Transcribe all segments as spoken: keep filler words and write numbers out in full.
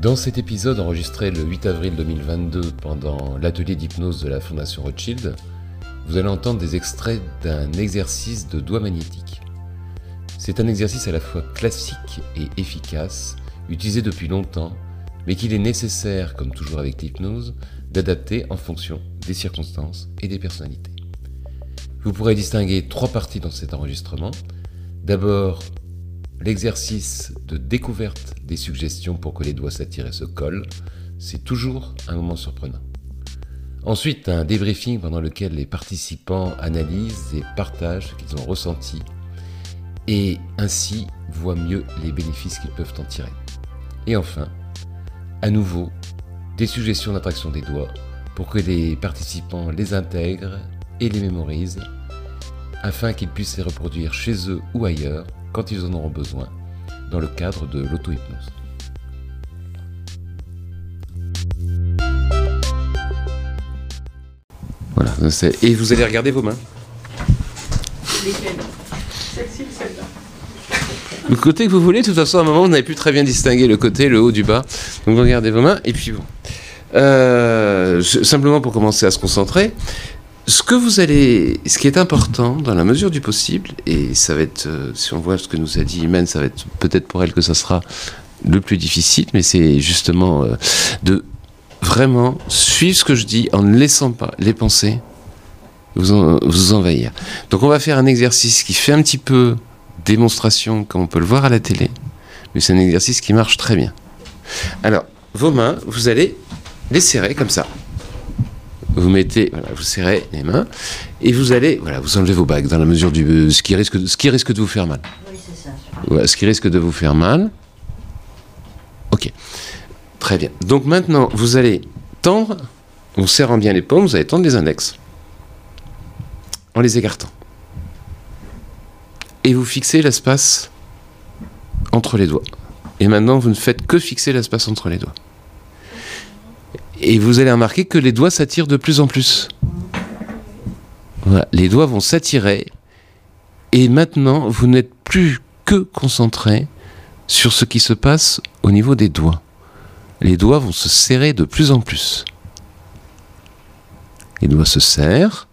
Dans cet épisode enregistré le huit avril deux mille vingt-deux pendant l'atelier d'hypnose de la Fondation Rothschild, vous allez entendre des extraits d'un exercice de doigts magnétiques. C'est un exercice à la fois classique et efficace, utilisé depuis longtemps, mais qu'il est nécessaire, comme toujours avec l'hypnose, d'adapter en fonction des circonstances et des personnalités. Vous pourrez distinguer trois parties dans cet enregistrement. D'abord, l'exercice de découverte des suggestions pour que les doigts s'attirent et se collent. C'est toujours un moment surprenant. Ensuite, un débriefing pendant lequel les participants analysent et partagent ce qu'ils ont ressenti et ainsi voient mieux les bénéfices qu'ils peuvent en tirer. Et enfin, à nouveau, des suggestions d'attraction des doigts pour que les participants les intègrent et les mémorisent afin qu'ils puissent les reproduire chez eux ou ailleurs quand ils en auront besoin dans le cadre de l'auto-hypnose. Voilà, et vous allez regarder vos mains. Lesquelles? Celle-ci ou celle-là? Le côté que vous voulez, de toute façon, à un moment, vous n'avez plus très bien distingué le côté, le haut du bas. Donc vous regardez vos mains, et puis bon. Euh, simplement pour commencer à se concentrer, ce que vous allez, ce qui est important dans la mesure du possible, et ça va être, euh, si on voit ce que nous a dit Imen, ça va être peut-être pour elle que ça sera le plus difficile, mais c'est justement euh, de vraiment suivre ce que je dis en ne laissant pas les pensées vous, en, vous envahir. Donc on va faire un exercice qui fait un petit peu démonstration, comme on peut le voir à la télé, mais c'est un exercice qui marche très bien. Alors, vos mains, vous allez les serrer comme ça. Vous mettez, voilà, vous serrez les mains et vous allez, voilà, vous enlevez vos bagues dans la mesure du, ce qui risque, de, ce qui risque de vous faire mal. Oui, c'est ça. Voilà, ce qui risque de vous faire mal. Ok, très bien. Donc maintenant, vous allez tendre, en serrant bien les paumes, vous allez tendre les index en les écartant. Et vous fixez l'espace entre les doigts. Et maintenant, vous ne faites que fixer l'espace entre les doigts. Et vous allez remarquer que les doigts s'attirent de plus en plus. Voilà, les doigts vont s'attirer. Et maintenant, vous n'êtes plus que concentré sur ce qui se passe au niveau des doigts. Les doigts vont se serrer de plus en plus. Les doigts se serrent.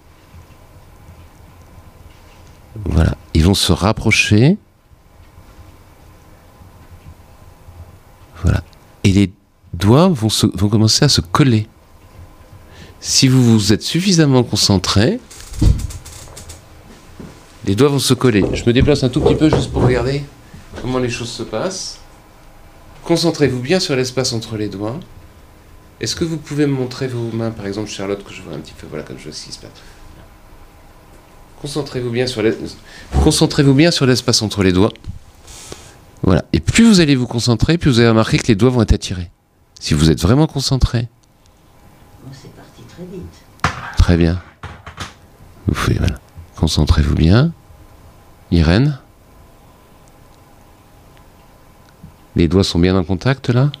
Voilà, ils vont se rapprocher. Voilà. Et les doigts vont, se, vont commencer à se coller. Si vous vous êtes suffisamment concentré, les doigts vont se coller. Je me déplace un tout petit peu juste pour regarder comment les choses se passent. Concentrez-vous bien sur l'espace entre les doigts. Est-ce que vous pouvez me montrer vos mains, par exemple Charlotte, que je vois un petit peu, voilà, comme je vois ce qui se passe. Concentrez-vous bien sur les... Concentrez-vous bien sur l'espace entre les doigts. Voilà. Et plus vous allez vous concentrer, plus vous allez remarquer que les doigts vont être attirés. Si vous êtes vraiment concentré. Bon, c'est parti très vite. Très bien. Vous pouvez, voilà. Concentrez-vous bien. Irène. Les doigts sont bien en contact là.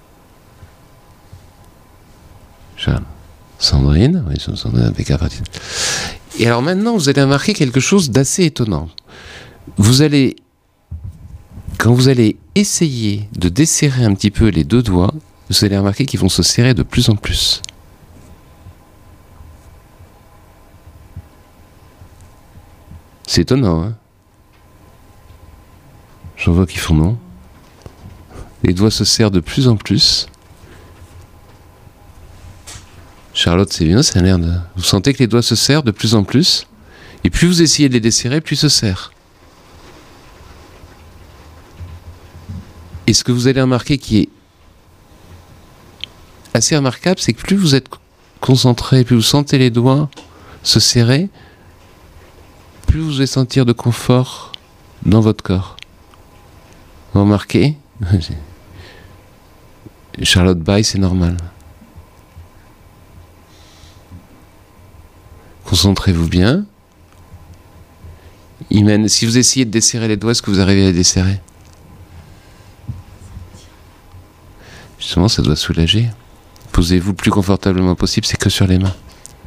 Charles. Sandrine. Oui, Sandrine impeccable. Et alors maintenant, vous allez remarquer quelque chose d'assez étonnant. Vous allez, quand vous allez essayer de desserrer un petit peu les deux doigts, vous allez remarquer qu'ils vont se serrer de plus en plus. C'est étonnant, hein? J'en vois qui font non. Les doigts se serrent de plus en plus. Charlotte, c'est bien, ça a l'air de... Vous sentez que les doigts se serrent de plus en plus. Et plus vous essayez de les desserrer, plus ils se serrent. Et ce que vous allez remarquer qui est assez remarquable, c'est que plus vous êtes concentré, plus vous sentez les doigts se serrer, plus vous allez sentir de confort dans votre corps. Vous remarquez? Charlotte baille, c'est normal. Concentrez-vous bien. Imen, si vous essayez de desserrer les doigts, est-ce que vous arrivez à les desserrer? Justement, ça doit soulager. Posez-vous le plus confortablement possible, c'est que sur les mains.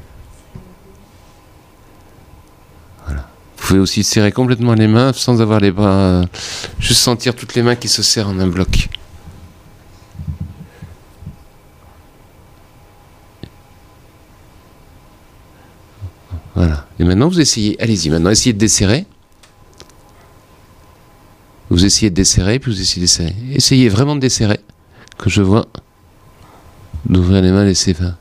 Voilà. Vous pouvez aussi serrer complètement les mains sans avoir les bras... Juste sentir toutes les mains qui se serrent en un bloc. Voilà. Et maintenant, vous essayez. Allez-y, maintenant, essayez de desserrer. Vous essayez de desserrer, puis vous essayez de desserrer. Essayez vraiment de desserrer. Que je vois. D'ouvrir les mains, laissez faire.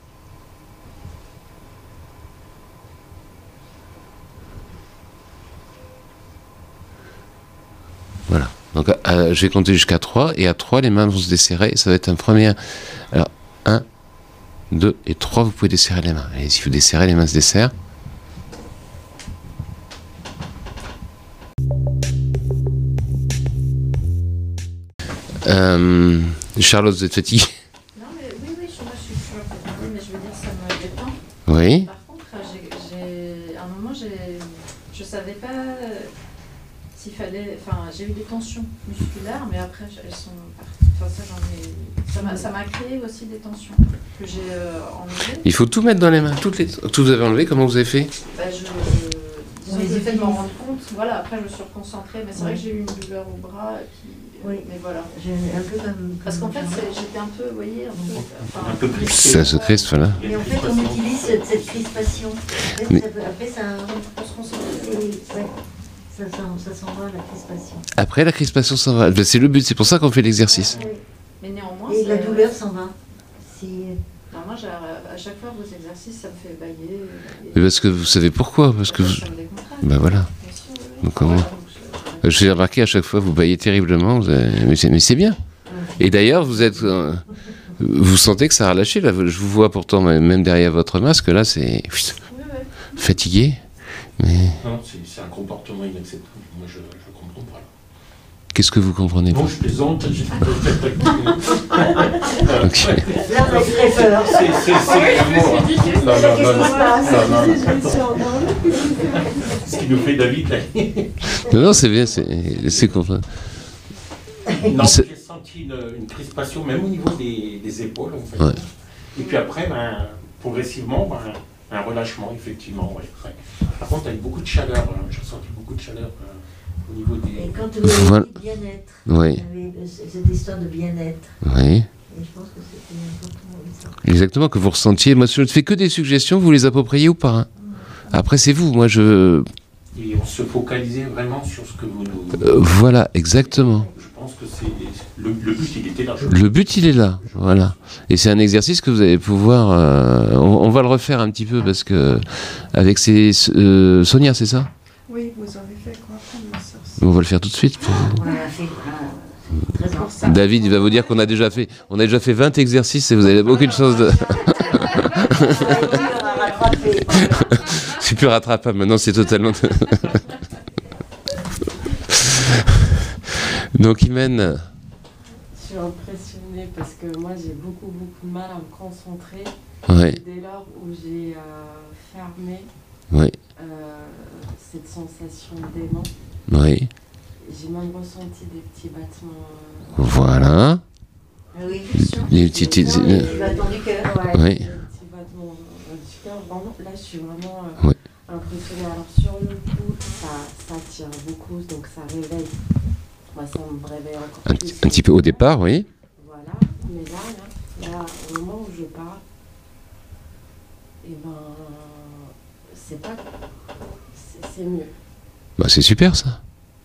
Voilà. Donc, euh, je vais compter jusqu'à trois. Et à trois, les mains vont se desserrer. Ça va être un premier. Alors, un, deux et trois, vous pouvez desserrer les mains. Allez, si vous desserrez, les mains se desserrent. Euh, Charlotte, vous êtes fatiguée? Non, mais oui, oui, je, moi je suis toujours fatiguée, mais je veux dire, ça me détend. Oui. Par contre, j'ai, j'ai, à un moment, j'ai, je savais pas euh, s'il fallait. Enfin, j'ai eu des tensions musculaires, mais après, elles sont parties. Enfin, ça, j'en ai. Ça m'a, ça m'a créé aussi des tensions que j'ai euh, enlevées. Il faut tout mettre dans les mains. Toutes les... Tout vous avez enlevé, comment vous avez fait? Bah, je. Disons que j'ai fait de m'en rendre compte. Voilà, après, je me suis reconcentrée, mais c'est vrai que j'ai eu une douleur au bras. Et puis, Oui. Mais voilà. J'ai un peu comme. Parce qu'en fait, c'est, j'étais un peu, vous voyez, un peu. Enfin, Un peu plus. Ça se crispe, voilà. Mais en fait, on utilise cette, cette crispation. Après, Mais- ça, peut- après, ça. on se concentre. c'est- ouais, ça, s'en- ça s'en va, la crispation. Après, la crispation s'en va. Ben, c'est le but, c'est pour ça qu'on fait l'exercice. Oui. Mais néanmoins, Et la c'est- douleur s'en va. Si... Non, moi, j'ai- à chaque fois vos exercices, ça me fait bailler. Mais parce que vous savez pourquoi? Parce que vous... Ça me décontracte. Ben voilà. Bien sûr, oui, oui. Donc, comment- Voilà, donc, je- Je vous ai remarqué à chaque fois, vous baillez terriblement. Vous avez- Mais c'est mais c'est bien. Et d'ailleurs, vous êtes... euh, Vous sentez que ça a relâché, là. Je vous vois pourtant, même derrière votre masque, là, c'est... Oui, oui. Fatigué. Mais Non, c'est c'est un comportement inacceptable. Moi, je ne comprends pas. qu'est-ce que vous comprenez pas? Bon, je plaisante. j'ai- Ok. Là, on a très peur. C'est c'est- c'est vraiment- Non, non, Qu'est-ce non, qui non. se passe? Non, non, non. Ce qui nous fait David, là. Non, non, c'est bien, c'est c'est compris. Non, C'est- j'ai senti une, une crispation, même au niveau des, des épaules, en fait. Ouais. Et puis après, ben, progressivement, ben, un relâchement, effectivement. Ouais, ouais. Par contre, avec beaucoup de chaleur, hein, j'ai ressenti beaucoup de chaleur euh, au niveau Et des... quand vous avez Voilà. dit bien-être, Oui, il y avait cette histoire de bien-être. oui. Et je pense que c'était important. oui, ça. Exactement, que vous ressentiez. Moi, je ne fais que des suggestions, vous les appropriez ou pas. Hein. Après, c'est vous. Moi, je... Et on se focalisait vraiment sur ce que vous nous... Euh, voilà, exactement. Je pense que c'est... Le, le but, il était là. je- Le but, il est là. Voilà. Et c'est un exercice que vous allez pouvoir... euh, on, on va le refaire un petit peu parce que... Avec ces... euh, Sonia, c'est ça? Oui, vous avez fait quoi comme ça? On va le faire tout de suite. Pour vous. On l'a fait. Voilà. C'est très Pour ça. David, il va vous dire qu'on a déjà fait... On a déjà fait vingt exercices et vous n'avez aucune chance de... C'est plus rattrapable. Maintenant, c'est totalement... Donc, Imen... Je suis impressionnée parce que moi j'ai beaucoup beaucoup de mal à me concentrer. Oui, Dès lors où j'ai euh, fermé oui, euh, cette sensation d'aimant, oui. j'ai même ressenti des petits battements. Voilà. Oui, Les petits- petits- le battement du cœur. Ouais, Oui. des petits battements euh, du cœur. Vraiment, là je suis vraiment euh, Oui. impressionnée. Alors sur le coup, ça, ça tire beaucoup, donc ça réveille. Moi ça me réveille encore Un, plus. un petit peu au départ, oui. Voilà, mais là, là, là, au moment où je parle, et ben, c'est pas, c'est c'est mieux. Bah, c'est super, ça.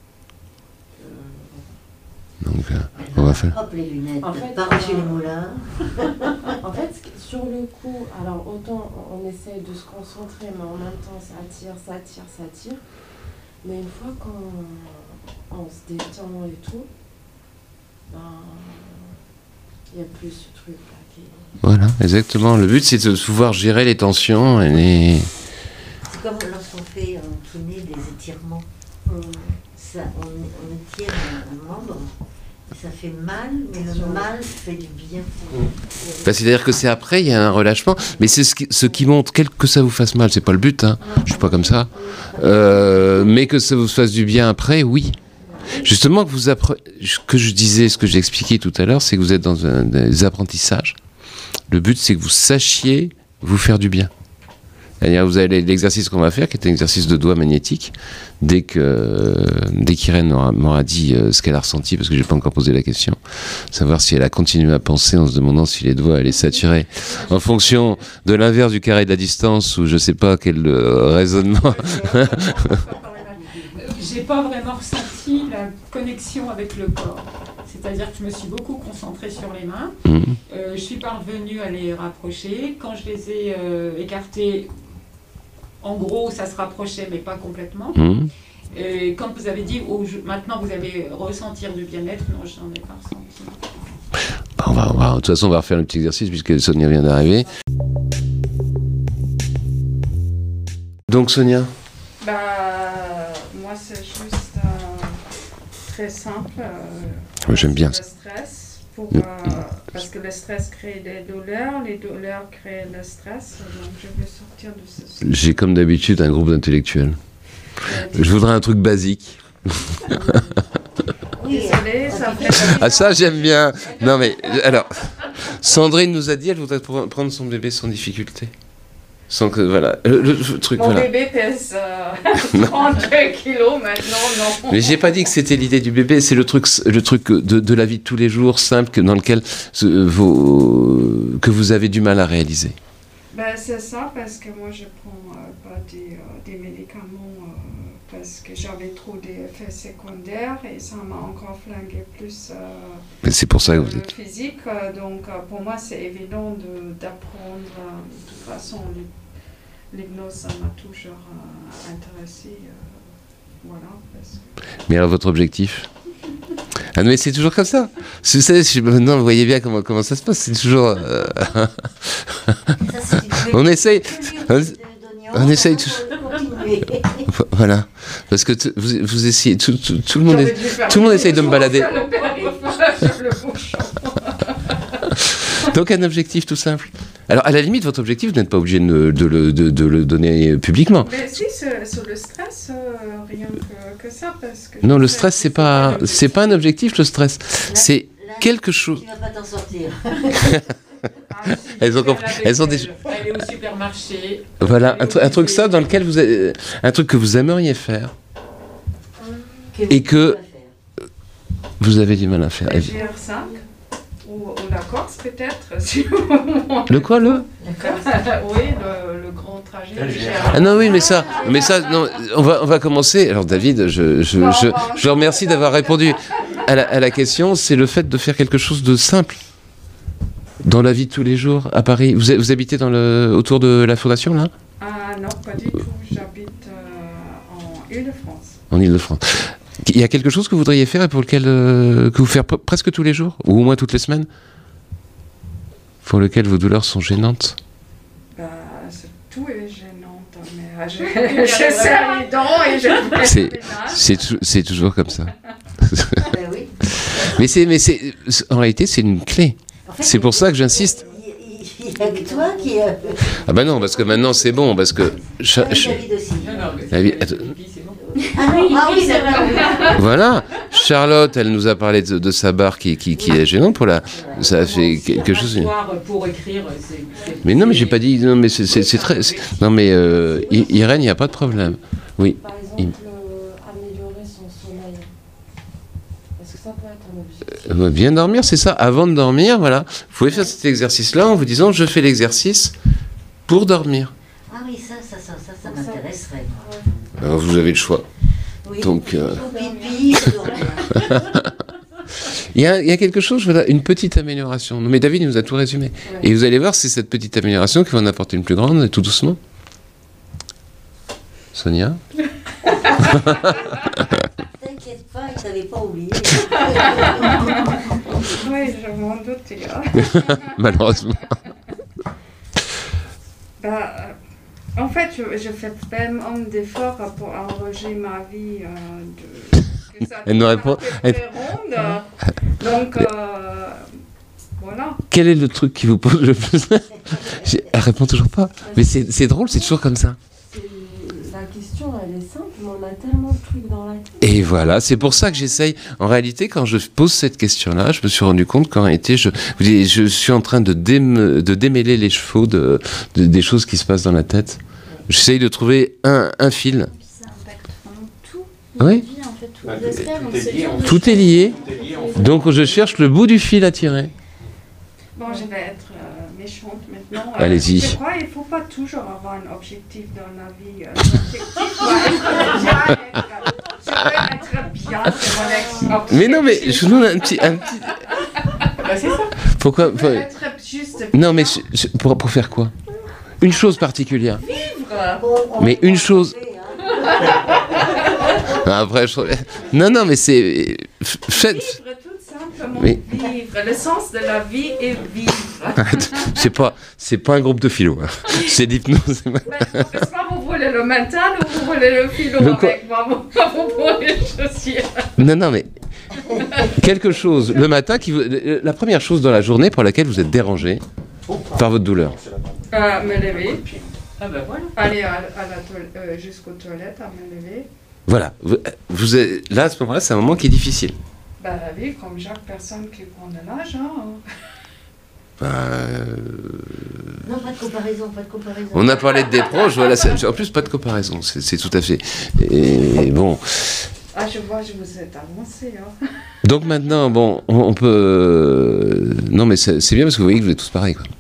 Euh, Donc, euh, on va faire... Hop, les lunettes. En fait, Pas arracher euh, les mollets. en fait, ce qui- sur le coup, alors autant on on essaye de se concentrer, mais en même temps ça tire, ça tire, ça tire. Mais une fois qu'on on se détend et tout, ben, il n'y a plus ce truc-là qui Voilà, exactement. Le but, c'est de pouvoir gérer les tensions et les... C'est comme lorsqu'on fait en kiné des étirements. Hum, Ça, on, on étire un, un membre, et ça fait mal, mais le Sur- mal fait du bien. Bah, c'est-à-dire que c'est après, il y a un relâchement. Mais c'est ce qui, ce qui montre, quel que ça vous fasse mal, c'est pas le but, hein. Je suis pas comme ça. Euh, mais que ça vous fasse du bien après, oui. Justement, que vous appre... ce que je disais, ce que j'ai expliqué tout à l'heure, c'est que vous êtes dans un, des apprentissages. Le but, c'est que vous sachiez vous faire du bien. C'est-à-dire, vous avez l'exercice qu'on va faire, qui est un exercice de doigt magnétique. Dès que, dès qu'Irène m'aura, m'aura dit euh, ce qu'elle a ressenti, parce que j'ai pas encore posé la question, savoir si elle a continué à penser en se demandant si les doigts allaient s'attirer en fonction de l'inverse du carré de la distance, ou je sais pas quel euh, raisonnement. J'ai pas vraiment ressenti la connexion avec le corps. C'est-à-dire que je me suis beaucoup concentrée sur les mains. Mmh. Euh, je suis parvenue à les rapprocher. Quand je les ai euh, écartés, en gros, ça se rapprochait, mais pas complètement. Mmh. Et quand vous avez dit, oh, je, maintenant vous allez ressentir du bien-être, non, je n'en ai pas ressenti. Bah, on va, on va, de toute façon, on va refaire un petit exercice puisque Sonia vient d'arriver. Donc, Sonia, Bah, moi, c'est juste euh, très simple. Euh, moi, j'aime bien le ça. stress, pour, Mm. euh, parce que le stress crée des douleurs, les douleurs créent le stress, donc je veux sortir de ce. J'ai comme d'habitude un groupe d'intellectuels. Je voudrais un truc basique. Désolée, ça fait. Ah, ça, j'aime bien. Non, mais alors, Sandrine nous a dit, elle voudrait pr- prendre son bébé sans difficulté. Sans que, voilà, le, le- le truc, Mon voilà. bébé pèse euh, trente-deux kilos maintenant, non. Mais j'ai pas dit que c'était l'idée du bébé, c'est le truc, le truc de, de la vie de tous les jours, simple, que, dans lequel euh, vos, que vous avez du mal à réaliser. Ben, c'est ça, parce que moi je prends euh, pas des, euh, des médicaments euh, parce que j'avais trop d'effets secondaires et ça m'a encore flingué plus euh, Mais c'est pour ça que vous le êtes. physique. euh, donc euh, pour moi c'est évident de- d'apprendre. euh, de toute façon, l'hy- l'hypnose ça m'a toujours euh, intéressé. euh, voilà. Parce que... Mais alors, votre objectif? Ah non, mais c'est toujours comme ça. Vous savez, je- non, vous voyez bien comment, comment ça se passe. C'est toujours. euh, Ça, c'est une On essaye. culture on- de- d'oignon, on essaye ça, tout- pour continuer. Voilà. Parce que t- vous, vous essayez. Tout, tout, tout le monde J'aurais est- dû faire tout le monde essaye de me balader. le périphérique, le bouchon. Donc, un objectif tout simple. Alors, à la limite, votre objectif, vous n'êtes pas obligé de, de le, de- de le donner publiquement. Mais si, sur, sur le stress, euh, rien que, que ça. Parce que Non, je le sais stress, que c'est pas, c'est pas un objectif, le stress. C'est Là, quelque chose. Tu vas pas t'en sortir. Ah, si, Elles ont je fais compris. avec Elles ont elle. des. Elle est au supermarché. Voilà, Elle un, est tru- au un truc musée. ça dans lequel vous avez, un truc que vous aimeriez faire, Et que- vous avez du mal à faire. Le G R cinq ou, ou la Corse peut-être. Si vous- Le quoi, le oui, le, le grand trajet. Le du G R G R cinq. Ah non, oui, mais ça, mais ça, non, on va, on va commencer. Alors, David, je, je, je, je vous remercie d'avoir répondu à la, à la question. C'est le fait de faire quelque chose de simple dans la vie de tous les jours à Paris. Vous, vous habitez dans le, autour de la Fondation, là, Ah non, pas du tout. J'habite euh, en Île-de-France. en Ile-de-France. Il y a quelque chose que vous voudriez faire et pour lequel euh, que vous faites pre- presque tous les jours ou au moins toutes les semaines, pour lequel vos douleurs sont gênantes. Bah, c'est- tout est gênant. Mais euh, je, je serre les dents et je fais C'est- le ménage. C'est tou- c'est toujours comme ça. Ben oui. Mais c'est, mais c'est, en réalité, c'est une clé. En fait, C'est pour ça que j'insiste. Il n'y a que toi qui. euh, Ah bah non, parce que maintenant c'est bon, parce que cha- avec cha- David aussi. Non, non, mais La vie- c'est- attends. le pipi, c'est bon. Ah, non, ah oui, c'est vrai. oui. voilà. Charlotte, elle nous a parlé de, de sa barre qui, qui, qui est gênante pour la. Ça a fait Aussi, quelque un chose. soir pour écrire, c'est- c'est- Mais non, mais j'ai c'est- pas dit. Non, mais c'est, c'est, c'est très. c'est- non, mais euh, I- Irène, il n'y a pas de problème. Oui. Par exemple, euh, améliorer son sommeil. Est-ce que ça peut être un objectif? Euh, Bien dormir, c'est ça. Avant de dormir, voilà. Vous pouvez faire cet exercice-là en vous disant je fais l'exercice pour dormir. Ah oui, ça, ça, ça, ça, ça m'intéresserait. moi. Alors vous avez le choix. Oui. Donc, euh, Au pipi, au dormir. Il y, a, il y a quelque chose, voilà, une petite amélioration. Non, mais David il nous a tout résumé. Ouais. Et vous allez voir, c'est cette petite amélioration qui va en apporter une plus grande, tout doucement. Sonia? T'inquiète pas, il t'avait pas oublié. Oui, je m'en doutais. hein. Malheureusement. Bah, euh, en fait, je, je fais vraiment d'efforts pour enranger ma vie. Euh, de, que ça Elle nous soit répond- à peu près ronde. Donc, euh, voilà. Quel est le truc qui vous pose le plus... J'ai- Elle répond toujours pas. Mais c'est c'est drôle, c'est toujours comme ça. C'est- La question, elle est simple, mais on a tellement de trucs dans la tête. Et voilà, c'est pour ça que j'essaye. En réalité, quand je pose cette question-là, je me suis rendu compte qu'en réalité, je, je suis en train de, dém- de démêler les chevaux de, de- des choses qui se passent dans la tête. J'essaye de trouver un, un fil. Ça impacte vraiment tout. Oui. Notre vie, en fait, tous Bah, les tout est- aspects, tout donc est c'est lié, dur en de fait. Tout est lié. Tout est lié, en fait. Donc je cherche le bout du fil à tirer. Bon, je vais être euh, méchante maintenant. Allez-y. Je crois qu'il ne faut pas toujours avoir un objectif dans la vie. Euh, L'objectif doit être bien être, je veux être bien, c'est mon ex- Mais non, mais objectif. je vous demande un petit... Un petit... Bah, c'est ça. Pourquoi Je pour- veux être juste Non, mais bien. je- je- pour, pour faire quoi? Une chose particulière. Vivre. Bon, on Mais va une chose- trouver, hein. Après, je... Non, non, mais c'est... f- Faites... Vivre tout simplement. Mais- Vivre. Le sens de la vie est vivre. C'est pas, c'est pas un groupe de philo. Hein. C'est l'hypnose. Mais soit vous voulez le matin ou vous voulez le philo Le quoi avec moi. Vous, vous pouvez choisir. Non, non, mais quelque chose le matin qui vous... La première chose dans la journée pour laquelle vous êtes dérangé par votre douleur. Euh, me lever. Ah ben voilà. Aller à, à la toilette, euh, jusqu'aux toilettes, à me lever. Voilà. Vous, vous êtes... Là, à ce moment-là, c'est un moment qui est difficile. Bah la vie, comme chaque personne qui prend de l'âge, hein. Ben, euh, Non, pas de comparaison, pas de comparaison. On a parlé de des proches, voilà, c'est- en plus pas de comparaison, c'est c'est tout à fait. Et bon, Ah, je vois, je vous êtes avancé, hein. donc maintenant, bon, on, on peut. euh, Non, mais c'est c'est bien parce que vous voyez que vous êtes tous pareils, quoi.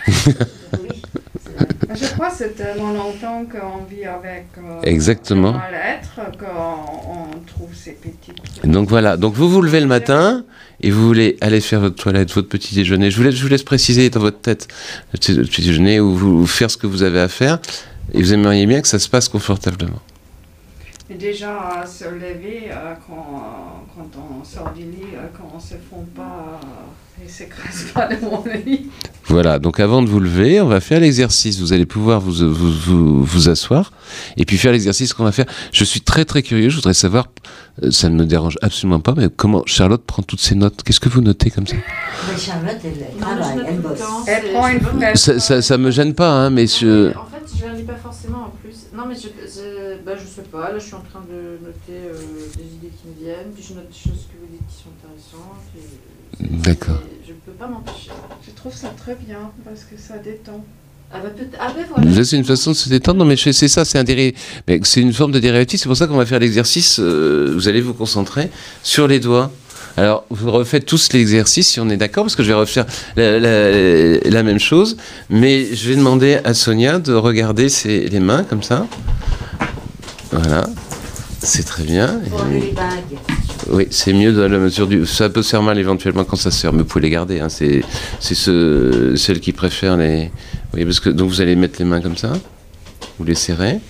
Je crois que c'est tellement longtemps qu'on vit avec euh, Exactement. le mal-être qu'on on trouve ces petites... Donc voilà, donc vous vous levez le matin et vous voulez aller faire votre toilette, votre petit déjeuner. Je vous laisse, je vous laisse préciser dans votre tête le petit, le petit déjeuner ou vous faire ce que vous avez à faire. Et vous aimeriez bien que ça se passe confortablement. Mais déjà, se lever euh, quand, quand on sort du lit, euh, quand on ne se fond pas euh, et s'écrase pas de mon lit. Voilà, donc avant de vous lever, on va faire l'exercice. Vous allez pouvoir vous, vous, vous, vous asseoir et puis faire l'exercice qu'on va faire. Je suis très très curieux, je voudrais savoir, euh, ça ne me dérange absolument pas, mais comment Charlotte prend toutes ses notes. Qu'est-ce que vous notez comme ça? Mais Charlotte, elle, elle Non, travaille, je note elle tout le bosse. temps, Elle c'est- prend je une peux me- fenêtre. Ça, ça, ça me gêne pas, hein, mais je... Non, mais en fait, je ne lis pas forcément en plus. Non, mais je, je, bah, je sais pas. Là, je suis en train de noter euh, des idées qui me viennent. Puis je note des choses que vous dites qui sont intéressantes. et c'est- D'accord. c'est- Je ne peux pas m'empêcher. Je trouve ça très bien parce que ça détend. Ah, bah, peut ah, bah voilà. C'est une façon de se détendre, non mais je- c'est ça, c'est un déré... mais c'est une forme de dérivatif, c'est pour ça qu'on va faire l'exercice, euh, vous allez vous concentrer sur les doigts. Alors, vous refaites tous l'exercice si on est d'accord, parce que je vais refaire la, la- la même chose, mais je vais demander à Sonia de regarder ses, les mains comme ça. Voilà, c'est très bien. Pour enlever les bagues. Oui, c'est mieux dans la mesure du... Ça peut se faire mal éventuellement quand ça se serre, mais vous pouvez les garder. Hein. C'est c'est ce... celles qui préfèrent les... Oui, parce que... Donc vous allez mettre les mains comme ça, vous les serrez,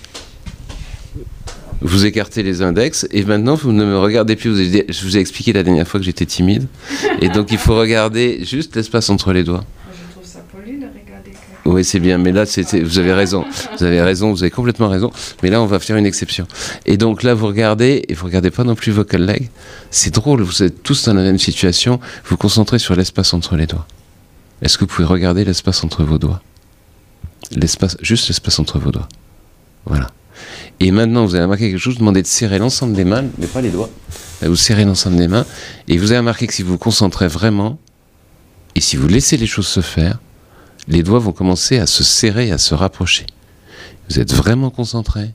vous écartez les index, et maintenant vous ne me regardez plus. Vous avez... Je vous ai expliqué la dernière fois que j'étais timide, et donc il faut regarder juste l'espace entre les doigts. Je trouve ça poli de regarder que... Oui, c'est bien, mais là, c'était, vous avez raison. Vous avez raison, vous avez complètement raison. Mais là, on va faire une exception. Et donc là, vous regardez, et vous regardez pas non plus vos collègues. C'est drôle, vous êtes tous dans la même situation. Vous vous concentrez sur l'espace entre les doigts. Est-ce que vous pouvez regarder l'espace entre vos doigts? L'espace, juste l'espace entre vos doigts. Voilà. Et maintenant, vous avez remarqué quelque chose, demandez de serrer l'ensemble des mains, mais pas les doigts. Là, vous serrez l'ensemble des mains, et vous avez remarqué que si vous vous concentrez vraiment, et si vous laissez les choses se faire, les doigts vont commencer à se serrer et à se rapprocher. Vous êtes vraiment concentré.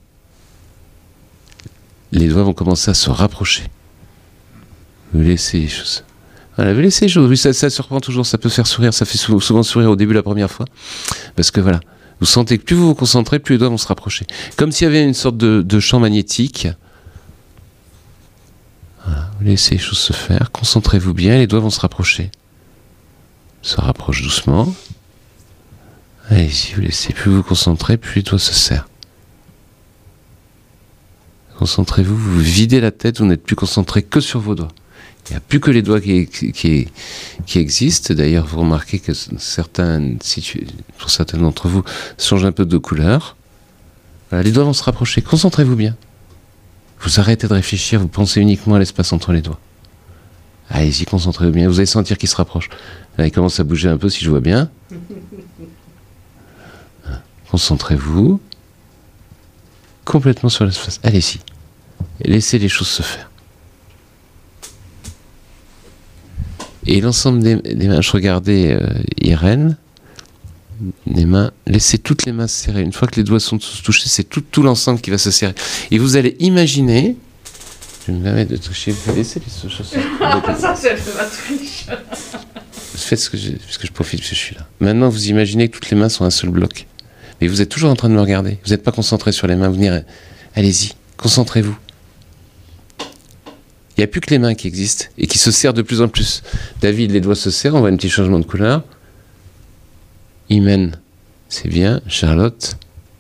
Les doigts vont commencer à se rapprocher. Vous laissez les choses. Voilà, vous laissez les choses. Oui, ça, ça surprend toujours, ça peut faire sourire, ça fait souvent, souvent sourire au début la première fois. Parce que voilà, vous sentez que plus vous vous concentrez, plus les doigts vont se rapprocher. Comme s'il y avait une sorte de, de champ magnétique. Voilà, vous laissez les choses se faire, concentrez-vous bien, les doigts vont se rapprocher. Se rapprochent doucement. Allez-y, vous laissez, plus vous vous concentrez, plus les doigts se serrent. Concentrez-vous, vous videz la tête, vous n'êtes plus concentré que sur vos doigts. Il n'y a plus que les doigts qui, qui, qui existent. D'ailleurs, vous remarquez que certains, pour certains d'entre vous, changent un peu de couleur. Voilà, les doigts vont se rapprocher. Concentrez-vous bien. Vous arrêtez de réfléchir, vous pensez uniquement à l'espace entre les doigts. Allez-y, concentrez-vous bien. Vous allez sentir qu'ils se rapprochent. Là, ils commencent à bouger un peu, si je vois bien. Concentrez-vous complètement sur l'espace. Allez-y. Et laissez les choses se faire. Et l'ensemble des, des mains, je regardais euh, Irène, les mains, laissez toutes les mains se serrer. Une fois que les doigts sont tous touchés, c'est tout, tout l'ensemble qui va se serrer. Et vous allez imaginer, je vais me permettre de toucher, vous pouvez laisser les chaussures. Ça, c'est ma triche. Faites ce que je, parce que je profite parce que je suis là. Maintenant, vous imaginez que toutes les mains sont un seul bloc. Mais vous êtes toujours en train de me regarder. Vous n'êtes pas concentré sur les mains. Vous venez, allez-y, concentrez-vous. Il n'y a plus que les mains qui existent et qui se serrent de plus en plus. David, les doigts se serrent, on voit un petit changement de couleur. Imen, c'est bien. Charlotte.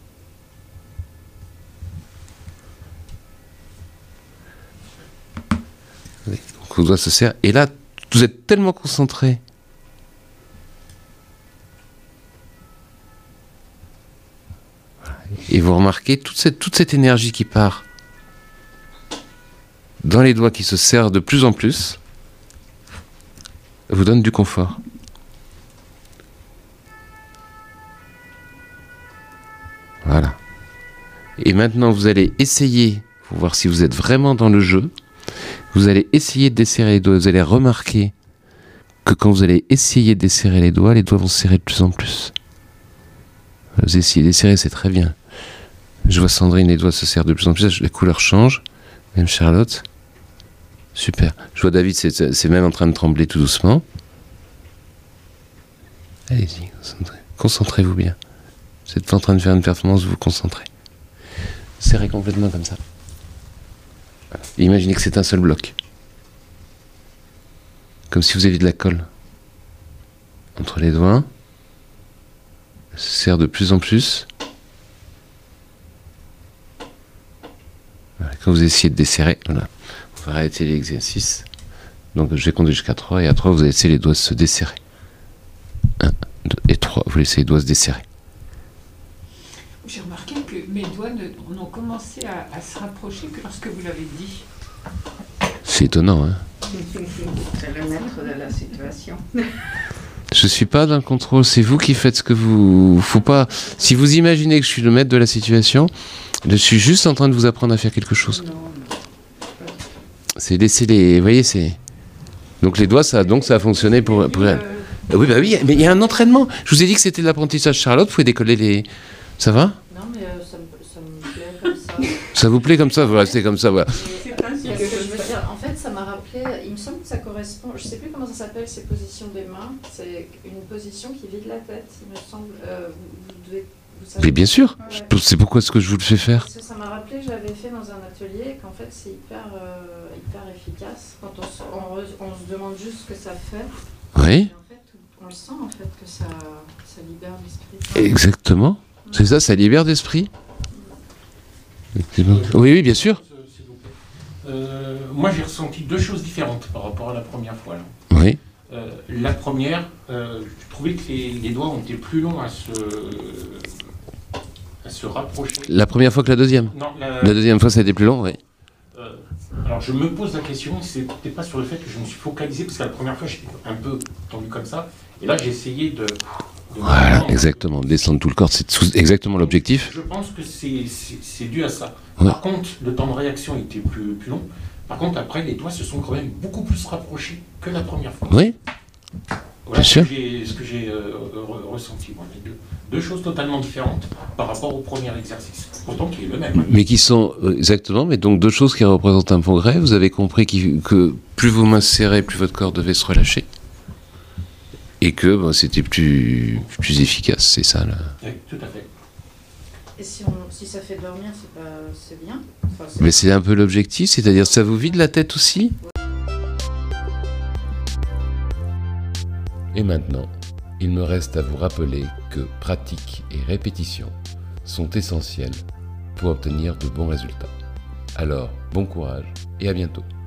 Oui, donc vos doigts se serrent. Et là, vous êtes tellement concentrés. Et vous remarquez toute cette, toute cette énergie qui part dans les doigts qui se serrent de plus en plus, vous donne du confort. Voilà. Et maintenant, vous allez essayer, pour voir si vous êtes vraiment dans le jeu, vous allez essayer de desserrer les doigts. Vous allez remarquer que quand vous allez essayer de desserrer les doigts, les doigts vont se serrer de plus en plus. Vous essayez de desserrer, c'est très bien. Je vois Sandrine, les doigts se serrent de plus en plus, les couleurs changent. Même Charlotte. Super. Je vois David, c'est, c'est même en train de trembler tout doucement. Allez-y, concentrez. Concentrez-vous bien. Vous êtes pas en train de faire une performance, vous vous concentrez. Serrez complètement comme ça. Voilà. Imaginez que c'est un seul bloc. Comme si vous aviez de la colle entre les doigts. Ça se serre de plus en plus. Voilà. Quand vous essayez de desserrer, voilà. On va arrêter l'exercice. Donc je vais compter jusqu'à trois et à trois vous allez laisser les doigts se desserrer. un, deux et trois, vous laissez les doigts se desserrer. J'ai remarqué que mes doigts ne, n'ont commencé à, à se rapprocher que lorsque vous l'avez dit. C'est étonnant, hein. C'est le maître de la situation. Je suis pas dans le contrôle, c'est vous qui faites ce que vous... Faut pas... Si vous imaginez que je suis le maître de la situation, je suis juste en train de vous apprendre à faire quelque chose. Non, non. C'est laisser les... Vous voyez, c'est... Donc les doigts, ça, donc ça a fonctionné pour... pour... Euh, Oui, bah oui, mais il y a un entraînement. Je vous ai dit que c'était de l'apprentissage. Charlotte, vous pouvez décoller les... Ça va? Non, mais euh, ça, me, ça me plaît comme ça. Ça vous plaît comme ça? Vous restez comme ça, voilà. Et, euh, ce que je veux dire, en fait, ça m'a rappelé, il me semble que ça correspond, je sais plus comment ça s'appelle, ces positions des mains. C'est une position qui vide la tête, il me semble. Euh, vous, vous devez... Vous savez. Mais bien sûr. Ouais. C'est pourquoi est-ce que je vous le fais faire? Parce que ça m'a rappelé que j'avais fait dans un atelier et qu'en fait c'est hyper, euh, hyper efficace quand on se, on, re- on se demande juste ce que ça fait. Oui. Et en fait, on le sent en fait que ça, ça libère l'esprit. Exactement. C'est ça, ça libère d'esprit. Oui, oui, bien sûr. S'il vous plaît. Euh, moi, j'ai ressenti deux choses différentes par rapport à la première fois. Là. Oui. Euh, la première, euh, je trouvais que les, les doigts ont été plus longs à se, à se rapprocher. La première fois que la deuxième. Non, la, La deuxième fois, ça a été plus long, oui. euh, alors, je me pose la question, c'est peut-être pas sur le fait que je me suis focalisé, parce que la première fois, j'étais un peu tendu comme ça. Et là, j'ai essayé de... de Voilà, de- exactement. Descendre tout le corps, c'est tout- exactement l'objectif. Je pense que c'est c'est- c'est dû à ça. Ouais. Par contre, le temps de réaction était plus, plus long. Par contre, après, les doigts se sont quand même beaucoup plus rapprochés que la première fois. Oui. Voilà Bien ce sûr. que j'ai- ce que j'ai euh, re- ressenti. Moi, les deux, deux choses totalement différentes par rapport au premier exercice. Pourtant, qui est le même. Mais qui sont, euh, exactement, mais donc deux choses qui représentent un progrès. Vous avez compris qu'il- que plus vos mains se serraient, plus votre corps devait se relâcher. Et que bon, c'était plus, plus efficace, c'est ça. Là. Oui, tout à fait. Et si, on, si ça fait dormir, c'est pas, c'est bien. Enfin, c'est Mais c'est un peu l'objectif, c'est-à-dire ça vous vide la tête aussi. Et maintenant, il me reste à vous rappeler que pratique et répétition sont essentielles pour obtenir de bons résultats. Alors, bon courage et à bientôt.